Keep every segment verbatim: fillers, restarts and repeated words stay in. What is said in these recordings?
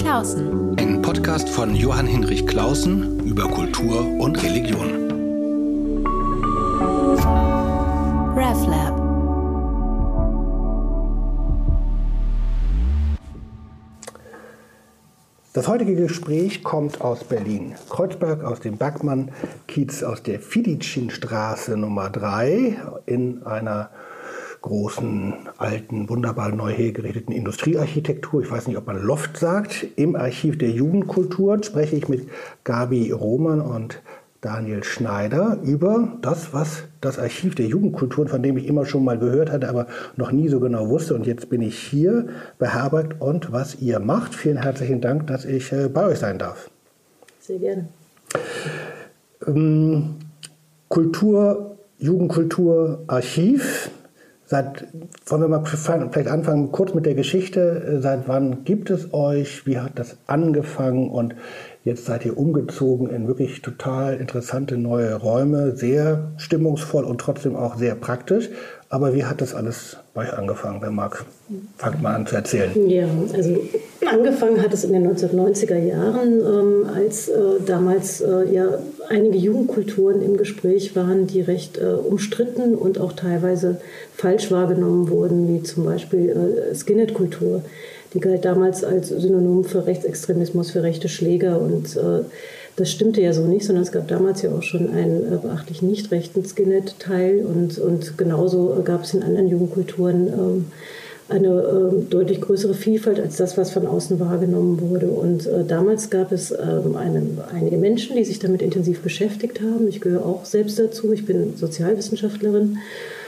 Clausen. Ein Podcast von Johann Hinrich Clausen über Kultur und Religion. RefLab. Das heutige Gespräch kommt aus Berlin-Kreuzberg, aus dem Bergmann-Kiez, aus der Fidycin-Straße Nummer drei in einer großen, alten, wunderbar neu hergerichteten Industriearchitektur. Ich weiß nicht, ob man Loft sagt. Im Archiv der Jugendkulturen spreche ich mit Gabi Roman und Daniel Schneider über das, was das Archiv der Jugendkulturen, von dem ich immer schon mal gehört hatte, aber noch nie so genau wusste. Und jetzt bin ich hier beherbergt und was ihr macht. Vielen herzlichen Dank, dass ich äh, bei euch sein darf. Sehr gerne. Ähm, Kultur, Jugendkultur, Archiv. Seit, wollen wir mal vielleicht anfangen kurz mit der Geschichte. Seit wann gibt es euch? Wie hat das angefangen? Und jetzt seid ihr umgezogen in wirklich total interessante neue Räume. Sehr stimmungsvoll und trotzdem auch sehr praktisch. Aber wie hat das alles bei euch angefangen? Wer mag, fangt mal an zu erzählen. Ja, also angefangen hat es in den neunzehnhundertneunziger Jahren, ähm, als äh, damals äh, ja einige Jugendkulturen im Gespräch waren, die recht äh, umstritten und auch teilweise falsch wahrgenommen wurden, wie zum Beispiel äh, Skinhead-Kultur. Die galt damals als Synonym für Rechtsextremismus, für rechte Schläger und äh, das stimmte ja so nicht, sondern es gab damals ja auch schon einen äh, beachtlich nicht rechten Skinhead-Teil und, und genauso äh, gab es in anderen Jugendkulturen ähm, eine äh, deutlich größere Vielfalt als das, was von außen wahrgenommen wurde. Und äh, damals gab es ähm, eine, einige Menschen, die sich damit intensiv beschäftigt haben. Ich gehöre auch selbst dazu, ich bin Sozialwissenschaftlerin,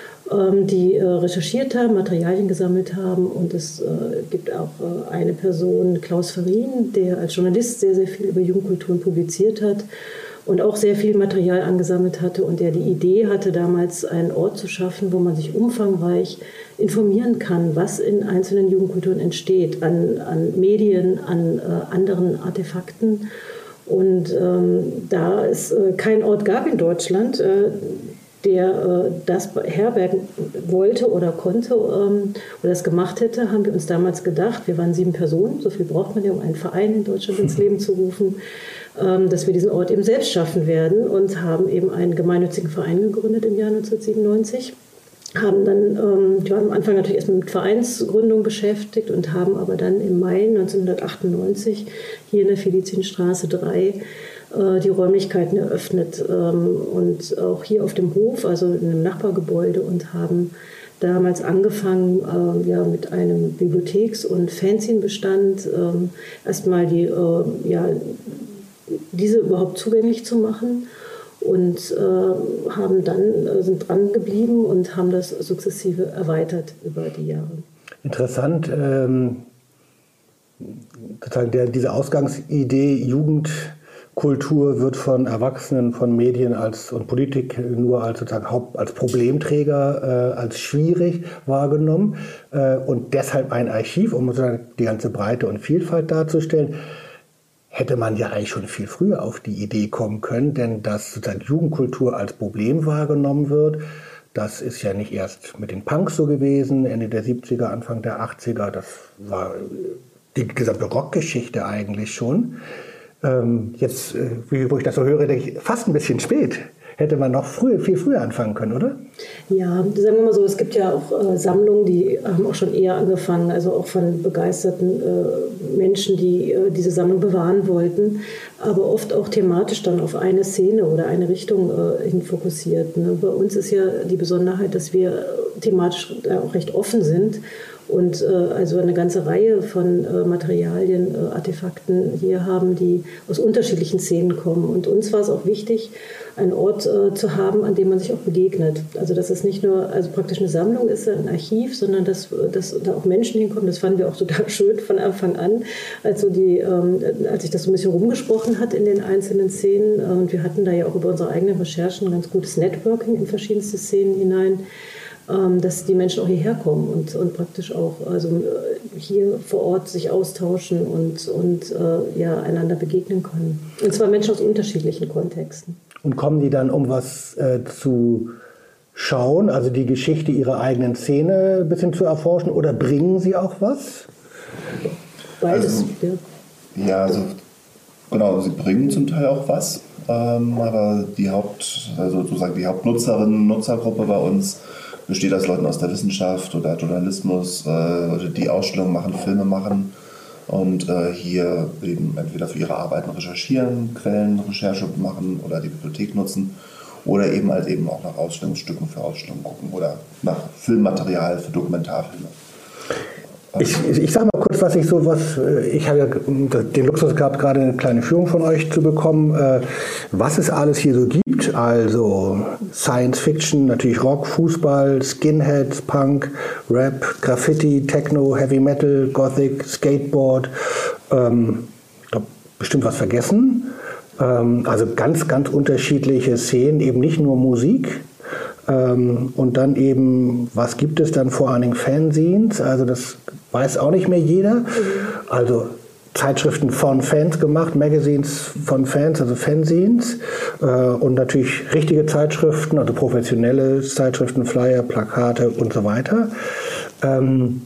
die äh, recherchiert haben, Materialien gesammelt haben. Und es äh, gibt auch äh, eine Person, Klaus Verrien, der als Journalist sehr, sehr viel über Jugendkulturen publiziert hat und auch sehr viel Material angesammelt hatte und der die Idee hatte, damals einen Ort zu schaffen, wo man sich umfangreich informieren kann, was in einzelnen Jugendkulturen entsteht, an, an Medien, an äh, anderen Artefakten. Und ähm, da es äh, keinen Ort gab in Deutschland, äh, der äh, das herbergen wollte oder konnte ähm, oder das gemacht hätte, haben wir uns damals gedacht, wir waren sieben Personen, so viel braucht man ja, um einen Verein in Deutschland ins Leben zu rufen, ähm, dass wir diesen Ort eben selbst schaffen werden und haben eben einen gemeinnützigen Verein gegründet im Jahr neunzehnhundertsiebenundneunzig. Haben dann, ähm, die waren am Anfang natürlich erstmal mit Vereinsgründung beschäftigt und haben aber dann im Mai neunzehnhundertachtundneunzig hier in der Fidycin-Straße drei die Räumlichkeiten eröffnet und auch hier auf dem Hof, also in einem Nachbargebäude, und haben damals angefangen ja, mit einem Bibliotheks- und Fanzine-Bestand erstmal die, ja, diese überhaupt zugänglich zu machen und haben dann, sind dran geblieben und haben das sukzessive erweitert über die Jahre. Interessant, ähm, sozusagen der, diese Ausgangsidee Jugend Kultur wird von Erwachsenen, von Medien als, und Politik nur als, sozusagen Haupt, als Problemträger, äh, als schwierig wahrgenommen äh, und deshalb ein Archiv, um sozusagen die ganze Breite und Vielfalt darzustellen. Hätte man ja eigentlich schon viel früher auf die Idee kommen können, denn dass sozusagen Jugendkultur als Problem wahrgenommen wird, das ist ja nicht erst mit den Punks so gewesen, Ende der siebziger, Anfang der achtziger, das war die gesamte Rockgeschichte eigentlich schon. Ähm, jetzt, äh, wo ich das so höre, denke ich, fast ein bisschen spät. Hätte man noch früher, viel früher anfangen können, oder? Ja, sagen wir mal so, es gibt ja auch äh, Sammlungen, die haben auch schon eher angefangen, also auch von begeisterten äh, Menschen, die äh, diese Sammlung bewahren wollten, aber oft auch thematisch dann auf eine Szene oder eine Richtung äh, hin fokussiert. Ne? Bei uns ist ja die Besonderheit, dass wir thematisch äh, auch recht offen sind und äh, also eine ganze Reihe von äh, Materialien, äh, Artefakten hier haben, die aus unterschiedlichen Szenen kommen. Und uns war es auch wichtig, einen Ort äh, zu haben, an dem man sich auch begegnet. Also dass es nicht nur also praktisch eine Sammlung ist, ein Archiv, sondern dass, dass da auch Menschen hinkommen. Das fanden wir auch total schön von Anfang an, also die, ähm, als sich das so ein bisschen rumgesprochen hat in den einzelnen Szenen. Und wir hatten da ja auch über unsere eigenen Recherchen ein ganz gutes Networking in verschiedenste Szenen hinein, dass die Menschen auch hierher kommen und, und praktisch auch also hier vor Ort sich austauschen und, und äh, ja, einander begegnen können. Und zwar Menschen aus unterschiedlichen Kontexten. Und kommen die dann, um was äh, zu schauen, also die Geschichte ihrer eigenen Szene ein bisschen zu erforschen, oder bringen sie auch was? Beides, also, ja. Ja, also genau, sie bringen zum Teil auch was, ähm, aber die Haupt, also sozusagen die Hauptnutzerinnen, Nutzergruppe bei uns besteht aus Leuten aus der Wissenschaft oder Journalismus, äh, die Ausstellungen machen, Filme machen und äh, hier eben entweder für ihre Arbeiten recherchieren, Quellen, Recherche machen oder die Bibliothek nutzen oder eben halt eben auch nach Ausstellungsstücken für Ausstellungen gucken oder nach Filmmaterial für Dokumentarfilme. Ich, ich sage mal kurz, was ich so was, ich habe ja den Luxus gehabt, gerade eine kleine Führung von euch zu bekommen, was es alles hier so gibt. Also Science Fiction, natürlich Rock, Fußball, Skinheads, Punk, Rap, Graffiti, Techno, Heavy Metal, Gothic, Skateboard. Ähm, ich glaube, bestimmt was vergessen. Ähm, also ganz, ganz unterschiedliche Szenen, eben nicht nur Musik. Ähm, und dann eben, was gibt es dann vor allen Dingen Fanzines? Also das weiß auch nicht mehr jeder. Mhm. Also Zeitschriften von Fans gemacht, Magazines von Fans, also Fanzines. Äh, und natürlich richtige Zeitschriften, also professionelle Zeitschriften, Flyer, Plakate und so weiter. Ähm,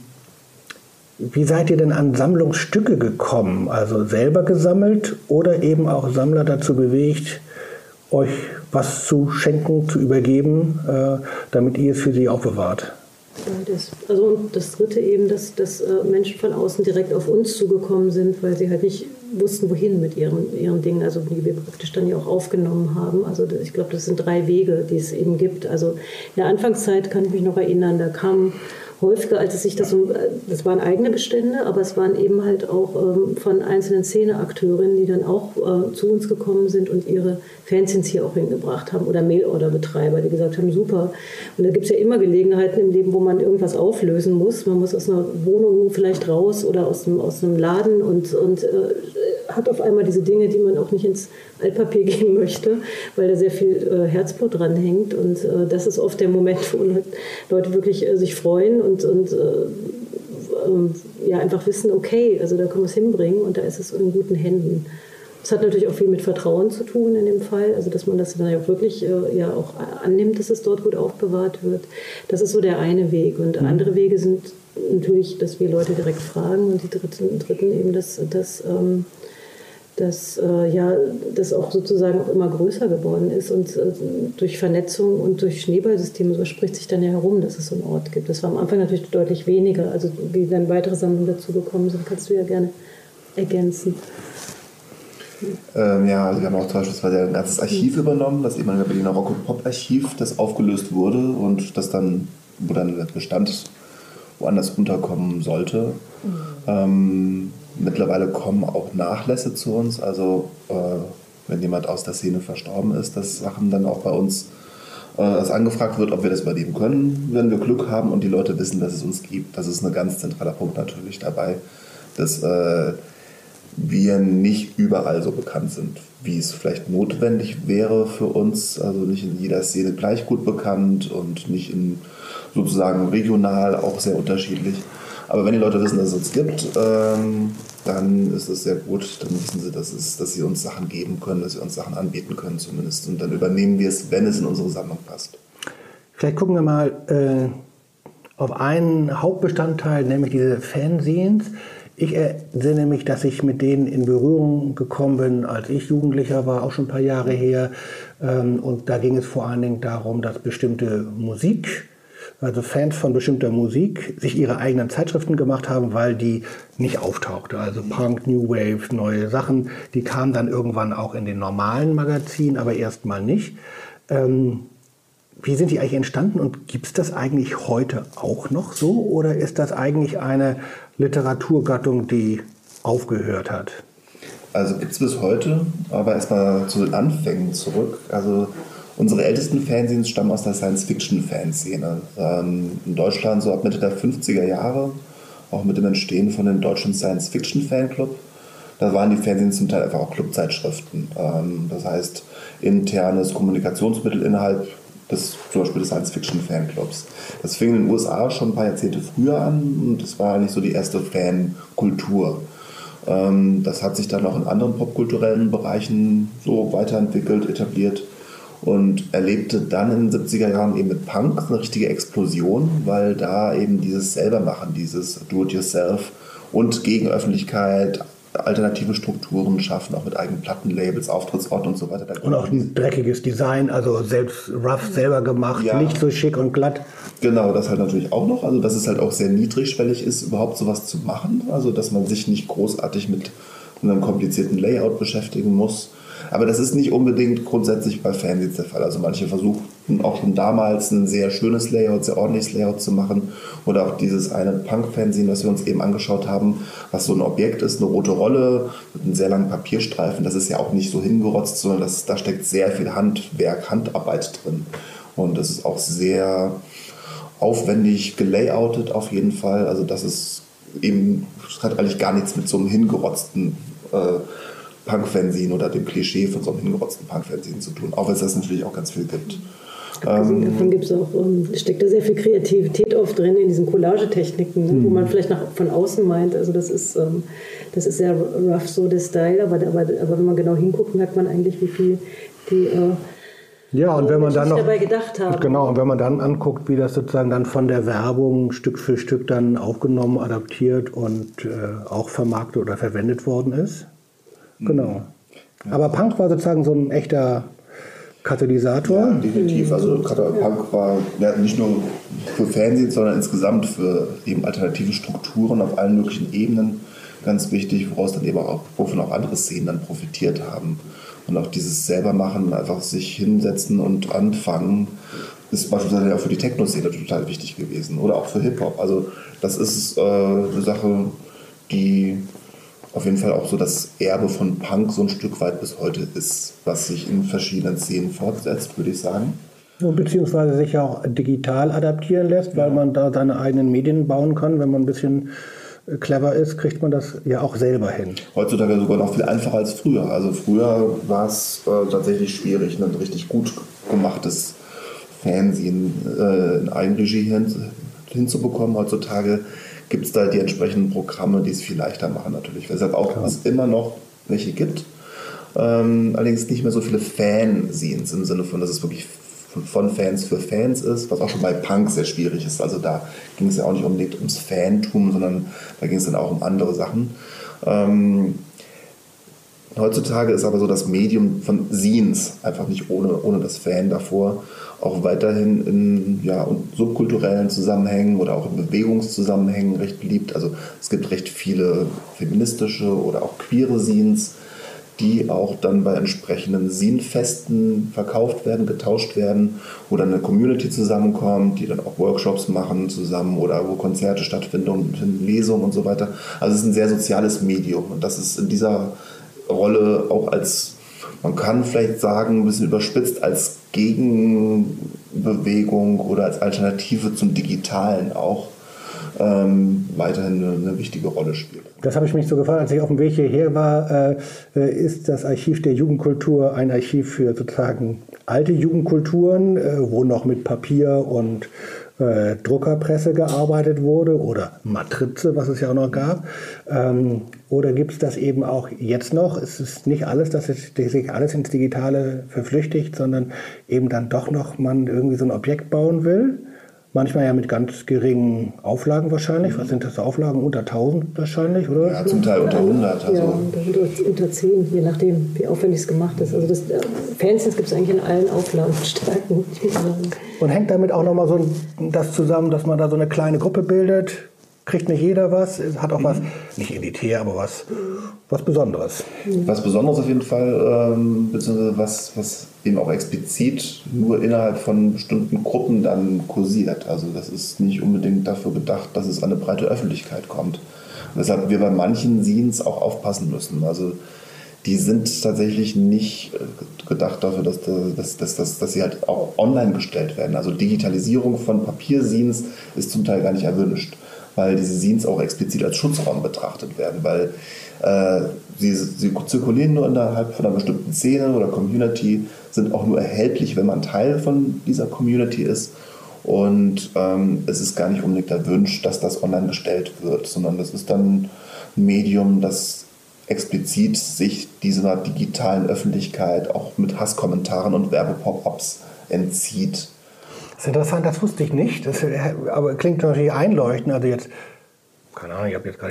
wie seid ihr denn an Sammlungsstücke gekommen? Also selber gesammelt oder eben auch Sammler dazu bewegt, euch was zu schenken, zu übergeben, äh, damit ihr es für sie aufbewahrt? Beides. Also und das Dritte eben, dass, dass äh, Menschen von außen direkt auf uns zugekommen sind, weil sie halt nicht wussten, wohin mit ihren, ihren Dingen, also die wir praktisch dann ja auch aufgenommen haben. Also ich glaube, das sind drei Wege, die es eben gibt. Also in der Anfangszeit kann ich mich noch erinnern, da kamen häufiger, als es sich das um, das waren eigene Bestände, aber es waren eben halt auch ähm, von einzelnen Szeneakteurinnen, die dann auch äh, zu uns gekommen sind und ihre Fanzines hier auch hingebracht haben oder Mailorder-Betreiber, die gesagt haben, super. Und da gibt es ja immer Gelegenheiten im Leben, wo man irgendwas auflösen muss. Man muss aus einer Wohnung vielleicht raus oder aus einem, aus einem Laden und, und äh, hat auf einmal diese Dinge, die man auch nicht ins Altpapier geben möchte, weil da sehr viel äh, Herzblut dran hängt. Und äh, das ist oft der Moment, wo Leute wirklich äh, sich freuen und, und äh, äh, ja, einfach wissen, okay, also da können wir es hinbringen und da ist es in guten Händen. Das hat natürlich auch viel mit Vertrauen zu tun in dem Fall, also dass man das dann auch wirklich äh, ja auch annimmt, dass es dort gut aufbewahrt wird. Das ist so der eine Weg. Und mhm. andere Wege sind natürlich, dass wir Leute direkt fragen und die dritten, dritten eben, dass, dass ähm, dass äh, ja, das auch sozusagen auch immer größer geworden ist und äh, durch Vernetzung und durch Schneeballsysteme, so spricht sich dann ja herum, dass es so einen Ort gibt. Das war am Anfang natürlich deutlich weniger, also wie dann weitere Sammlungen dazu gekommen sind, kannst du ja gerne ergänzen. Ähm, ja, also wir haben auch beispielsweise ein ganzes Archiv mhm. übernommen, das ehemalige Berliner Rock- und Pop-Archiv, das aufgelöst wurde und das dann, wo dann der Bestand woanders unterkommen sollte. Mhm. Ähm, Mittlerweile kommen auch Nachlässe zu uns, also äh, wenn jemand aus der Szene verstorben ist, dass Sachen dann auch bei uns äh, dass angefragt wird, ob wir das übernehmen können, wenn wir Glück haben und die Leute wissen, dass es uns gibt. Das ist ein ganz zentraler Punkt natürlich dabei, dass äh, wir nicht überall so bekannt sind, wie es vielleicht notwendig wäre für uns, also nicht in jeder Szene gleich gut bekannt und nicht in sozusagen regional auch sehr unterschiedlich. Aber wenn die Leute wissen, dass es uns gibt, ähm, dann ist es sehr gut. Dann wissen sie, dass, es, dass sie uns Sachen geben können, dass sie uns Sachen anbieten können zumindest. Und dann übernehmen wir es, wenn es in unsere Sammlung passt. Vielleicht gucken wir mal äh, auf einen Hauptbestandteil, nämlich diese Fanzines. Ich erinnere mich, dass ich mit denen in Berührung gekommen bin, als ich Jugendlicher war, auch schon ein paar Jahre her. Ähm, und da ging es vor allen Dingen darum, dass bestimmte Musik, also Fans von bestimmter Musik, sich ihre eigenen Zeitschriften gemacht haben, weil die nicht auftauchte. Also Punk, New Wave, neue Sachen, die kamen dann irgendwann auch in den normalen Magazinen, aber erstmal nicht. Ähm, wie sind die eigentlich entstanden und gibt es das eigentlich heute auch noch so? Oder ist das eigentlich eine Literaturgattung, die aufgehört hat? Also gibt es bis heute, aber erstmal zu den Anfängen zurück. Also unsere ältesten Fanzines stammen aus der Science-Fiction-Fanszene. Ähm, in Deutschland so ab Mitte der fünfziger Jahre, auch mit dem Entstehen von dem deutschen Science-Fiction-Fanclub. Da waren die Fanzines zum Teil einfach auch Clubzeitschriften. Ähm, das heißt, internes Kommunikationsmittel innerhalb des, zum Beispiel des Science-Fiction-Fanclubs. Das fing in den U S A schon ein paar Jahrzehnte früher an und das war eigentlich so die erste Fankultur. Ähm, das hat sich dann auch in anderen popkulturellen Bereichen so weiterentwickelt, etabliert. Und erlebte dann in den siebziger Jahren eben mit Punk eine richtige Explosion, weil da eben dieses Selbermachen, dieses Do-it-yourself und Gegenöffentlichkeit, alternative Strukturen schaffen, auch mit eigenen Plattenlabels, Auftrittsort und so weiter. Und auch ein dreckiges Design, also selbst rough selber gemacht, ja. nicht so schick und glatt. Genau, das halt natürlich auch noch, also dass es halt auch sehr niedrigschwellig ist, überhaupt sowas zu machen, also dass man sich nicht großartig mit einem komplizierten Layout beschäftigen muss. Aber das ist nicht unbedingt grundsätzlich bei Fanzines der Fall. Also manche versuchten auch schon damals ein sehr schönes Layout, sehr ordentliches Layout zu machen. Oder auch dieses eine Punk-Fanzine, was wir uns eben angeschaut haben, was so ein Objekt ist, eine rote Rolle mit einem sehr langen Papierstreifen. Das ist ja auch nicht so hingerotzt, sondern das, da steckt sehr viel Handwerk, Handarbeit drin. Und das ist auch sehr aufwendig gelayoutet auf jeden Fall. Also das ist eben, das hat eigentlich gar nichts mit so einem hingerotzten äh, Punk-Fanzine oder dem Klischee von so einem hingerotzten Punk-Fanzine zu tun, auch wenn es das natürlich auch ganz viel gibt. Ähm, davon gibt's auch, um, steckt da sehr viel Kreativität oft drin in diesen Collagetechniken, ne, mhm. wo man vielleicht nach, von außen meint, also das ist, ähm, das ist sehr rough so der Style, aber, aber, aber wenn man genau hinguckt, merkt man eigentlich, wie viel die äh, ja, und wenn man dann noch dabei gedacht haben. Genau, und wenn man dann anguckt, wie das sozusagen dann von der Werbung Stück für Stück dann aufgenommen, adaptiert und äh, auch vermarktet oder verwendet worden ist. Genau. Ja. Aber Punk war sozusagen so ein echter Katalysator. Ja, definitiv. Also Punk war ja, nicht nur für Fernsehen, sondern insgesamt für eben alternative Strukturen auf allen möglichen Ebenen ganz wichtig, woraus dann eben auch, wovon auch andere Szenen dann profitiert haben. Und auch dieses Selbermachen, einfach sich hinsetzen und anfangen, ist beispielsweise auch für die Techno-Szene total wichtig gewesen. Oder auch für Hip-Hop. Also das ist äh, eine Sache, die auf jeden Fall auch so das Erbe von Punk so ein Stück weit bis heute ist, was sich in verschiedenen Szenen fortsetzt, würde ich sagen. Beziehungsweise sich auch digital adaptieren lässt, weil man da seine eigenen Medien bauen kann. Wenn man ein bisschen clever ist, kriegt man das ja auch selber hin. Heutzutage sogar noch viel einfacher als früher. Also früher war es äh, tatsächlich schwierig, ein richtig gut gemachtes Fernsehen äh, in Eigenregie hin, hinzubekommen. Heutzutage gibt es da die entsprechenden Programme, die es viel leichter machen natürlich. Weshalb auch es immer noch welche gibt. Ähm, allerdings nicht mehr so viele Fanzines im Sinne von, dass es wirklich von Fans für Fans ist, was auch schon bei Punk sehr schwierig ist. Also da ging es ja auch nicht unbedingt ums Fantum, sondern da ging es dann auch um andere Sachen. Ähm, heutzutage ist aber so das Medium von Zines einfach nicht ohne, ohne das Fan davor auch weiterhin in ja, subkulturellen Zusammenhängen oder auch in Bewegungszusammenhängen recht beliebt. Also es gibt recht viele feministische oder auch queere Zines, die auch dann bei entsprechenden Zine-Festen verkauft werden, getauscht werden, wo dann eine Community zusammenkommt, die dann auch Workshops machen zusammen oder wo Konzerte stattfinden, Lesungen und so weiter. Also es ist ein sehr soziales Medium und das ist in dieser Rolle auch als, man kann vielleicht sagen, ein bisschen überspitzt, als Gegenbewegung oder als Alternative zum Digitalen auch ähm, weiterhin eine, eine wichtige Rolle spielt. Das habe ich mich so gefragt, als ich auf dem Weg hierher war, äh, ist das Archiv der Jugendkultur ein Archiv für sozusagen alte Jugendkulturen, äh, wo noch mit Papier und äh, Druckerpresse gearbeitet wurde oder Matrize, was es ja auch noch gab. Ähm, oder gibt es das eben auch jetzt noch? Es ist nicht alles, dass sich alles ins Digitale verflüchtigt, sondern eben dann doch noch man irgendwie so ein Objekt bauen will. Manchmal ja mit ganz geringen Auflagen wahrscheinlich. Was sind das Auflagen? Unter tausend wahrscheinlich, oder? Ja, zum Teil unter hundert. Also. Ja, unter, unter zehn, je nachdem, wie aufwendig es gemacht ist. Also das Fanzines gibt es eigentlich in allen Auflagenstärken. Und hängt damit auch nochmal so das zusammen, dass man da so eine kleine Gruppe bildet? Kriegt nicht jeder was? Hat auch mhm. was, nicht elitär, aber was, was Besonderes. Was Besonderes auf jeden Fall, ähm, beziehungsweise was, was eben auch explizit nur innerhalb von bestimmten Gruppen dann kursiert. Also das ist nicht unbedingt dafür gedacht, dass es an eine breite Öffentlichkeit kommt. Weshalb wir bei manchen Zines auch aufpassen müssen. Also die sind tatsächlich nicht gedacht dafür, dass, dass, dass, dass, dass sie halt auch online gestellt werden. Also Digitalisierung von Papierzines ist zum Teil gar nicht erwünscht, weil diese Zines auch explizit als Schutzraum betrachtet werden, weil äh, sie, sie zirkulieren nur innerhalb von einer bestimmten Szene oder Community, sind auch nur erhältlich, wenn man Teil von dieser Community ist und ähm, es ist gar nicht unbedingt erwünscht, dass das online gestellt wird, sondern das ist dann ein Medium, das explizit sich dieser digitalen Öffentlichkeit auch mit Hasskommentaren und Werbepop-ups entzieht. Das ist interessant, das wusste ich nicht, das, aber klingt natürlich einleuchtend. Also jetzt, keine Ahnung, ich habe jetzt gerade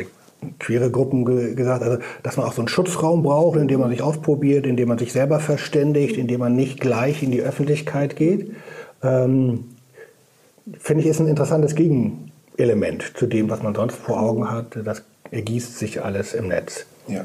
queere Gruppen ge- gesagt, also, dass man auch so einen Schutzraum braucht, in dem man sich ausprobiert, in dem man sich selber verständigt, in dem man nicht gleich in die Öffentlichkeit geht. Ähm, finde ich, ist ein interessantes Gegenelement zu dem, was man sonst vor Augen hat. Das ergießt sich alles im Netz. Ja.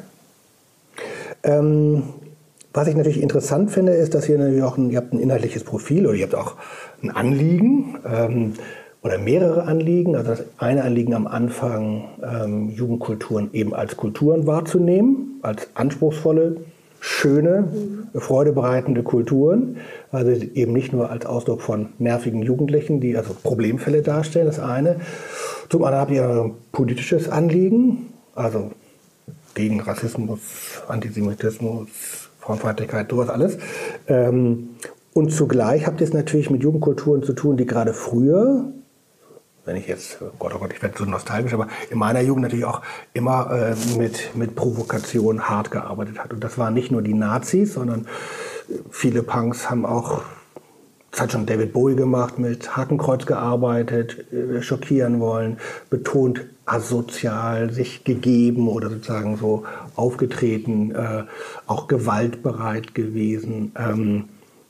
Ähm, was ich natürlich interessant finde, ist, dass ihr natürlich auch ein, ihr habt ein inhaltliches Profil oder ihr habt auch ein Anliegen ähm, oder mehrere Anliegen. Also das eine Anliegen am Anfang, ähm, Jugendkulturen eben als Kulturen wahrzunehmen, als anspruchsvolle, schöne, mhm. freudebereitende Kulturen. Also eben nicht nur als Ausdruck von nervigen Jugendlichen, die also Problemfälle darstellen, das eine. Zum anderen habt ihr ein politisches Anliegen, also gegen Rassismus, Antisemitismus, Frauenfeindlichkeit, sowas alles. Ähm, und zugleich habt ihr es natürlich mit Jugendkulturen zu tun, die gerade früher, wenn ich jetzt, oh Gott, oh Gott, ich werde so nostalgisch, aber in meiner Jugend natürlich auch immer äh, mit, mit Provokation hart gearbeitet hat. Und das waren nicht nur die Nazis, sondern viele Punks haben auch, das hat schon David Bowie gemacht, mit Hakenkreuz gearbeitet, äh, schockieren wollen, betont asozial, sich gegeben oder sozusagen so aufgetreten, äh, auch gewaltbereit gewesen. Ähm,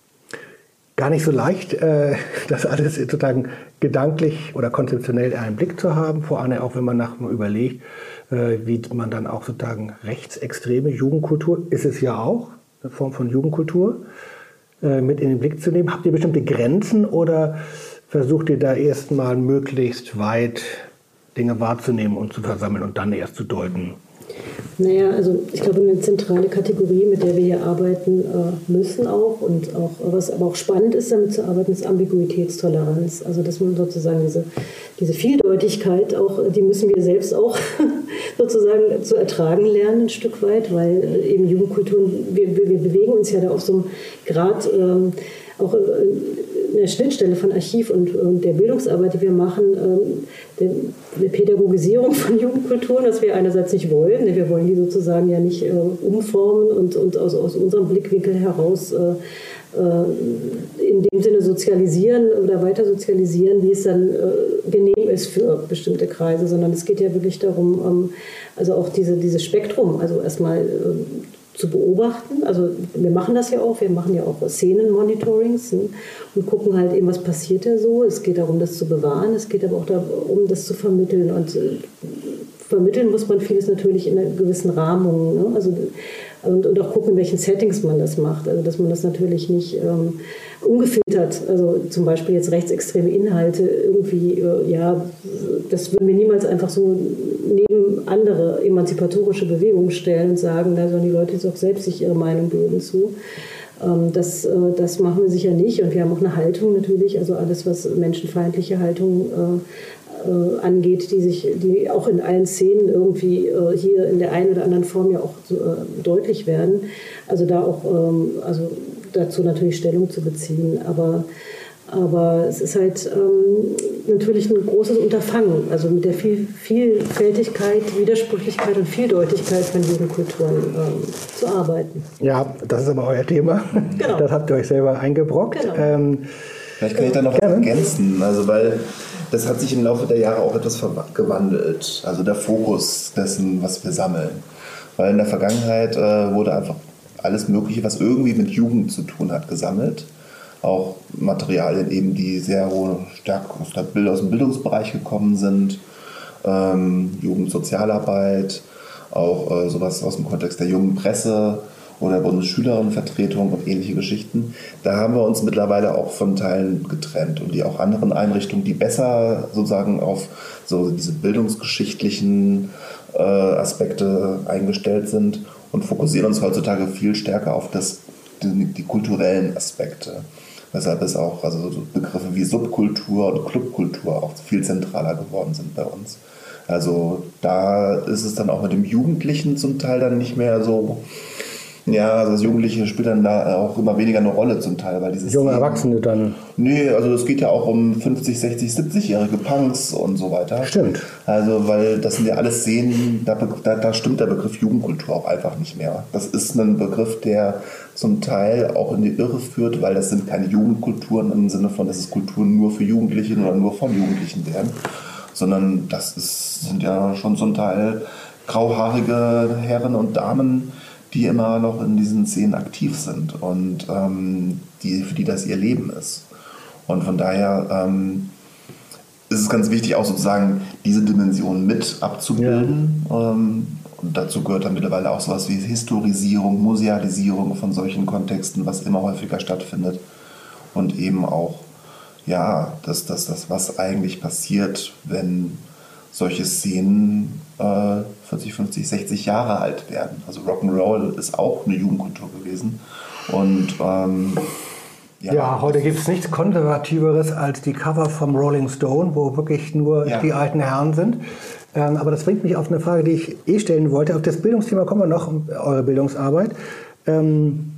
gar nicht so leicht, äh, das alles sozusagen gedanklich oder konzeptionell einen Blick zu haben, vor allem auch wenn man nach überlegt, äh, wie man dann auch sozusagen rechtsextreme Jugendkultur, ist es ja auch, eine Form von Jugendkultur, äh, mit in den Blick zu nehmen. Habt ihr bestimmte Grenzen oder versucht ihr da erstmal möglichst weit Dinge wahrzunehmen und zu versammeln und dann erst zu deuten? Naja, also ich glaube, eine zentrale Kategorie, mit der wir hier arbeiten äh, müssen auch und auch, was aber auch spannend ist, damit zu arbeiten, ist Ambiguitätstoleranz. Also dass man sozusagen diese, diese Vieldeutigkeit auch, die müssen wir selbst auch sozusagen zu ertragen lernen ein Stück weit, weil äh, eben Jugendkulturen, wir, wir, wir bewegen uns ja da auf so einem Grad ähm, auch äh, in der Schnittstelle von Archiv und, und der Bildungsarbeit, die wir machen, ähm, der Pädagogisierung von Jugendkulturen, was wir einerseits nicht wollen. Wir wollen die sozusagen ja nicht äh, umformen und, und aus, aus unserem Blickwinkel heraus äh, äh, in dem Sinne sozialisieren oder weiter sozialisieren, wie es dann äh, genehm ist für bestimmte Kreise, sondern es geht ja wirklich darum, ähm, also auch diese, dieses Spektrum, also erstmal äh, zu beobachten. Also wir machen das ja auch, wir machen ja auch Szenenmonitorings und gucken halt eben, was passiert da so. Es geht darum, das zu bewahren, es geht aber auch darum, das zu vermitteln. Und äh, vermitteln muss man vieles natürlich in einer gewissen Rahmung. Ne? Also, und, und auch gucken, in welchen Settings man das macht. Also dass man das natürlich nicht ähm, ungefiltert, also zum Beispiel jetzt rechtsextreme Inhalte irgendwie, äh, ja, das würden wir niemals einfach so neben andere emanzipatorische Bewegungen stellen und sagen, da sollen die Leute jetzt auch selbst sich ihre Meinung bilden zu. Ähm, das, äh, das machen wir sicher nicht. Und wir haben auch eine Haltung natürlich, also alles, was menschenfeindliche Haltung äh, äh, angeht, die sich, die auch in allen Szenen irgendwie äh, hier in der einen oder anderen Form ja auch äh, deutlich werden. Also da auch, ähm, also dazu natürlich Stellung zu beziehen. Aber Aber es ist halt ähm, natürlich ein großes Unterfangen, also mit der Viel Vielfältigkeit, Widersprüchlichkeit und Vieldeutigkeit von Jugendkulturen ähm, zu arbeiten. Ja, das ist aber euer Thema. Genau. Das habt ihr euch selber eingebrockt. Genau. Ähm, Vielleicht kann ich da noch was ergänzen, also weil das hat sich im Laufe der Jahre auch etwas gewandelt, also der Fokus dessen, was wir sammeln. Weil in der Vergangenheit äh, wurde einfach alles Mögliche, was irgendwie mit Jugend zu tun hat, gesammelt. Auch Materialien eben, die sehr stark aus, der Bild, aus dem Bildungsbereich gekommen sind, ähm, Jugendsozialarbeit, auch äh, sowas aus dem Kontext der jungen Presse oder Bundesschülerinnenvertretung und ähnliche Geschichten. Da haben wir uns mittlerweile auch von Teilen getrennt und die auch anderen Einrichtungen, die besser sozusagen auf so diese bildungsgeschichtlichen äh, Aspekte eingestellt sind und fokussieren uns heutzutage viel stärker auf das, die, die kulturellen Aspekte. Weshalb es auch also so Begriffe wie Subkultur und Clubkultur auch viel zentraler geworden sind bei uns. Also da ist es dann auch mit dem Jugendlichen zum Teil dann nicht mehr so, ja, also das Jugendliche spielt dann da auch immer weniger eine Rolle zum Teil. Weil dieses junge Erwachsene dann? Nee, also es geht ja auch um fünfzig, sechzig, siebzig-jährige Punks und so weiter. Stimmt. Also weil das sind ja alles Szenen, da, da, da stimmt der Begriff Jugendkultur auch einfach nicht mehr. Das ist ein Begriff, der zum Teil auch in die Irre führt, weil das sind keine Jugendkulturen im Sinne von, dass es Kulturen nur für Jugendliche oder nur von Jugendlichen werden, sondern das ist, sind ja schon zum Teil grauhaarige Herren und Damen, die immer noch in diesen Szenen aktiv sind und ähm, die, für die das ihr Leben ist. Und von daher ähm, ist es ganz wichtig, auch sozusagen diese Dimension mit abzubilden. Ja. Ähm, und dazu gehört dann mittlerweile auch sowas wie Historisierung, Musealisierung von solchen Kontexten, was immer häufiger stattfindet. Und eben auch, ja, das, das, das was eigentlich passiert, wenn solche Szenen äh, vierzig, fünfzig, sechzig Jahre alt werden. Also Rock'n'Roll ist auch eine Jugendkultur gewesen. Und ähm, ja, ja, heute gibt es nichts Konservativeres als die Cover vom Rolling Stone, wo wirklich nur ja. die alten Herren sind. Ähm, aber das bringt mich auf eine Frage, die ich eh stellen wollte. Auf das Bildungsthema kommen wir noch, eure Bildungsarbeit. Ähm,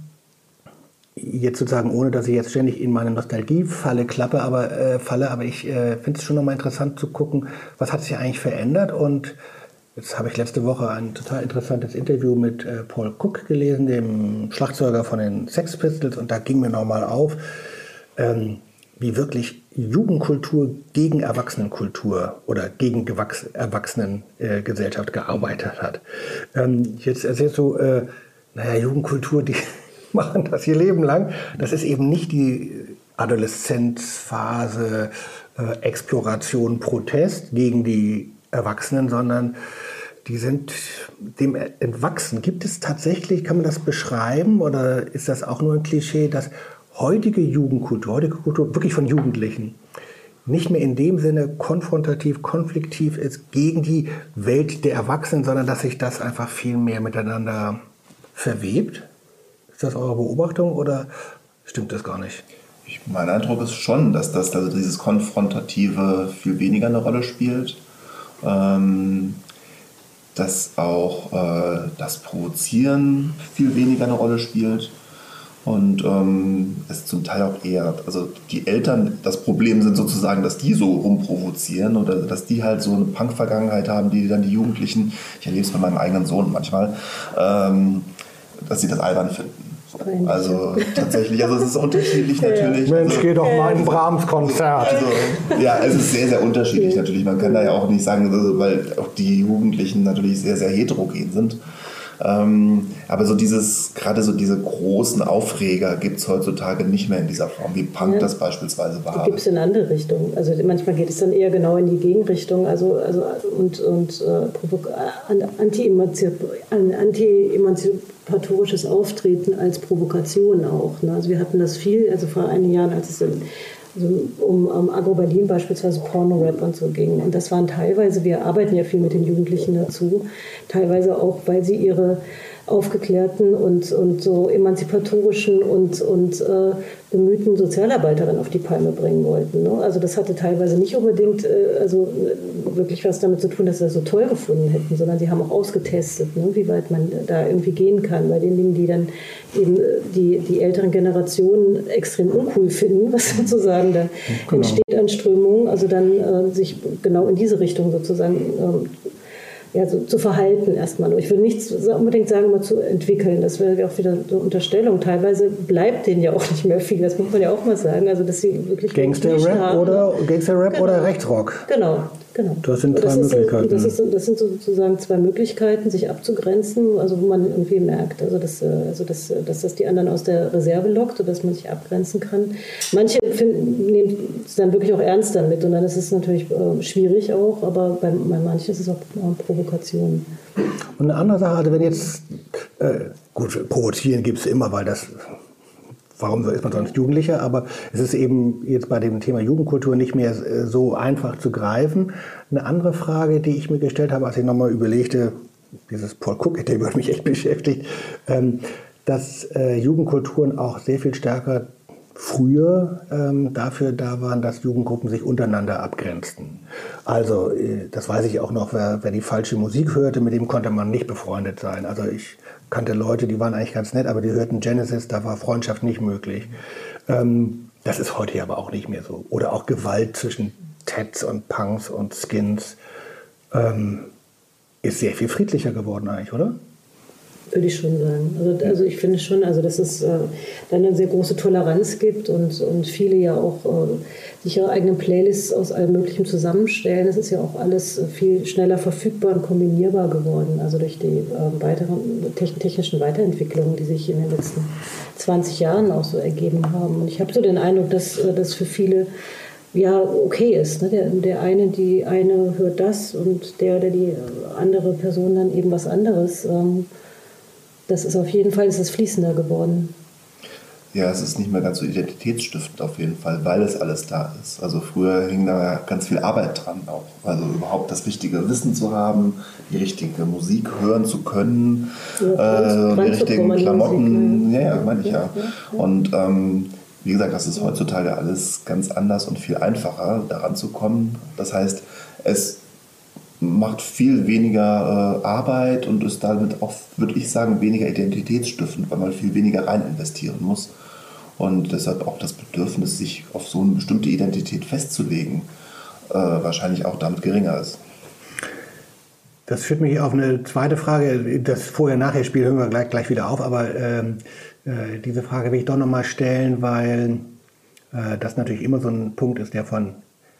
jetzt sozusagen, ohne dass ich jetzt ständig in meine Nostalgiefalle klappe, aber, äh, falle, aber ich äh, finde es schon nochmal interessant zu gucken, was hat sich eigentlich verändert. Und jetzt habe ich letzte Woche ein total interessantes Interview mit äh, Paul Cook gelesen, dem Schlagzeuger von den Sex Pistols. Und da ging mir nochmal auf, ähm, wie wirklich Jugendkultur gegen Erwachsenenkultur oder gegen Erwachsenengesellschaft äh, gearbeitet hat. Ähm, jetzt erzählst du, äh, naja, Jugendkultur, die machen das ihr Leben lang. Das ist eben nicht die Adoleszenzphase, äh, Exploration, Protest gegen die Erwachsenen, sondern die sind dem entwachsen. Gibt es tatsächlich, kann man das beschreiben oder ist das auch nur ein Klischee, dass heutige Jugendkultur, heutige Kultur wirklich von Jugendlichen nicht mehr in dem Sinne konfrontativ, konfliktiv ist gegen die Welt der Erwachsenen, sondern dass sich das einfach viel mehr miteinander verwebt? Ist das eure Beobachtung oder stimmt das gar nicht? Ich, mein Eindruck ist schon, dass das, also dieses Konfrontative viel weniger eine Rolle spielt. Ähm, dass auch äh, das Provozieren viel weniger eine Rolle spielt. Und ähm, es zum Teil auch eher, also die Eltern, das Problem sind sozusagen, dass die so rumprovozieren oder dass die halt so eine Punk-Vergangenheit haben, die dann die Jugendlichen, ich erlebe es bei meinem eigenen Sohn manchmal, ähm, dass sie das albern finden. So. Also tatsächlich, also es ist unterschiedlich natürlich. Mensch, also, geh doch mal in ein Brahms-Konzert. Also, ja, es ist sehr, sehr unterschiedlich natürlich. Man kann da ja auch nicht sagen, also, weil auch die Jugendlichen natürlich sehr, sehr heterogen sind. Ähm, aber so dieses, gerade so diese großen Aufreger gibt es heutzutage nicht mehr in dieser Form, wie Punk ja. das beispielsweise war. Die gibt es in andere Richtungen. Also manchmal geht es dann eher genau in die Gegenrichtung. Also, also und, und äh, anti-emanzipatorisches Auftreten als Provokation auch. Ne? Also wir hatten das viel, also vor einigen Jahren, als es in, also um, um Agro-Berlin beispielsweise Porno-Rap und so ging. Und das waren teilweise, wir arbeiten ja viel mit den Jugendlichen dazu, teilweise auch, weil sie ihre aufgeklärten und, und so emanzipatorischen und, und äh, bemühten Sozialarbeiterinnen auf die Palme bringen wollten. Ne? Also das hatte teilweise nicht unbedingt äh, also wirklich was damit zu tun, dass sie das so toll gefunden hätten, sondern sie haben auch ausgetestet, ne? Wie weit man da irgendwie gehen kann. Bei den Dingen, die dann eben die, die älteren Generationen extrem uncool finden, was sozusagen da genau. entsteht an Strömungen, also dann äh, sich genau in diese Richtung sozusagen ähm, ja, so zu verhalten erstmal. Ich will nicht unbedingt sagen, mal zu entwickeln. Das wäre auch wieder so Unterstellung. Teilweise bleibt denen ja auch nicht mehr viel. Das muss man ja auch mal sagen. Also, dass sie wirklich Gangster-Rap oder, Gangster-Rap genau. oder Rechtsrock. Genau. Genau. Das sind zwei das Möglichkeiten. So, das, ist, das sind sozusagen zwei Möglichkeiten, sich abzugrenzen, also wo man irgendwie merkt, also dass, also dass, dass das die anderen aus der Reserve lockt, sodass man sich abgrenzen kann. Manche finden, nehmen es dann wirklich auch ernst damit und dann ist es natürlich äh, schwierig auch, aber bei, bei manchen ist es auch äh, Provokation. Und eine andere Sache, also wenn jetzt, äh, gut, provozieren gibt es immer, weil das... Warum ist man sonst Jugendlicher? Aber es ist eben jetzt bei dem Thema Jugendkultur nicht mehr so einfach zu greifen. Eine andere Frage, die ich mir gestellt habe, als ich nochmal überlegte, dieses Paul Cook-Interview hat mich echt beschäftigt, ähm, dass äh, Jugendkulturen auch sehr viel stärker früher ähm, dafür da waren, dass Jugendgruppen sich untereinander abgrenzten. Also, äh, das weiß ich auch noch, wer, wer die falsche Musik hörte, mit dem konnte man nicht befreundet sein. Also ich kannte Leute, die waren eigentlich ganz nett, aber die hörten Genesis, da war Freundschaft nicht möglich. Ähm, das ist heute aber auch nicht mehr so. Oder auch Gewalt zwischen Tats und Punks und Skins ähm, ist sehr viel friedlicher geworden eigentlich, oder? würde ich schon sagen. Also, also ich finde schon, also dass es äh, dann eine sehr große Toleranz gibt und, und viele ja auch äh, sich ihre eigenen Playlists aus allem Möglichen zusammenstellen. Es ist ja auch alles viel schneller verfügbar und kombinierbar geworden, also durch die äh, weiteren technischen Weiterentwicklungen, die sich in den letzten zwanzig Jahren auch so ergeben haben. Und ich habe so den Eindruck, dass das für viele ja okay ist. Ne? Der, der eine, die eine hört das und der oder die andere Person dann eben was anderes. Ähm, Das ist auf jeden Fall, ist es fließender geworden. Ja, es ist nicht mehr ganz so identitätsstiftend auf jeden Fall, weil es alles da ist. Also früher hing da ganz viel Arbeit dran auch. Also überhaupt das richtige Wissen zu haben, die richtige Musik hören zu können, ja, äh, die richtigen Klamotten. Musik, ja, ja, meine ich ja. ja, ja. Und ähm, wie gesagt, das ist heutzutage alles ganz anders und viel einfacher, daran zu kommen. Das heißt, es macht viel weniger äh, Arbeit und ist damit auch, würde ich sagen, weniger identitätsstiftend, weil man viel weniger rein investieren muss. Und deshalb auch das Bedürfnis, sich auf so eine bestimmte Identität festzulegen, äh, wahrscheinlich auch damit geringer ist. Das führt mich auf eine zweite Frage. Das Vorher-Nachher-Spiel hören wir gleich, gleich wieder auf, aber ähm, äh, diese Frage will ich doch nochmal stellen, weil äh, das natürlich immer so ein Punkt ist, der von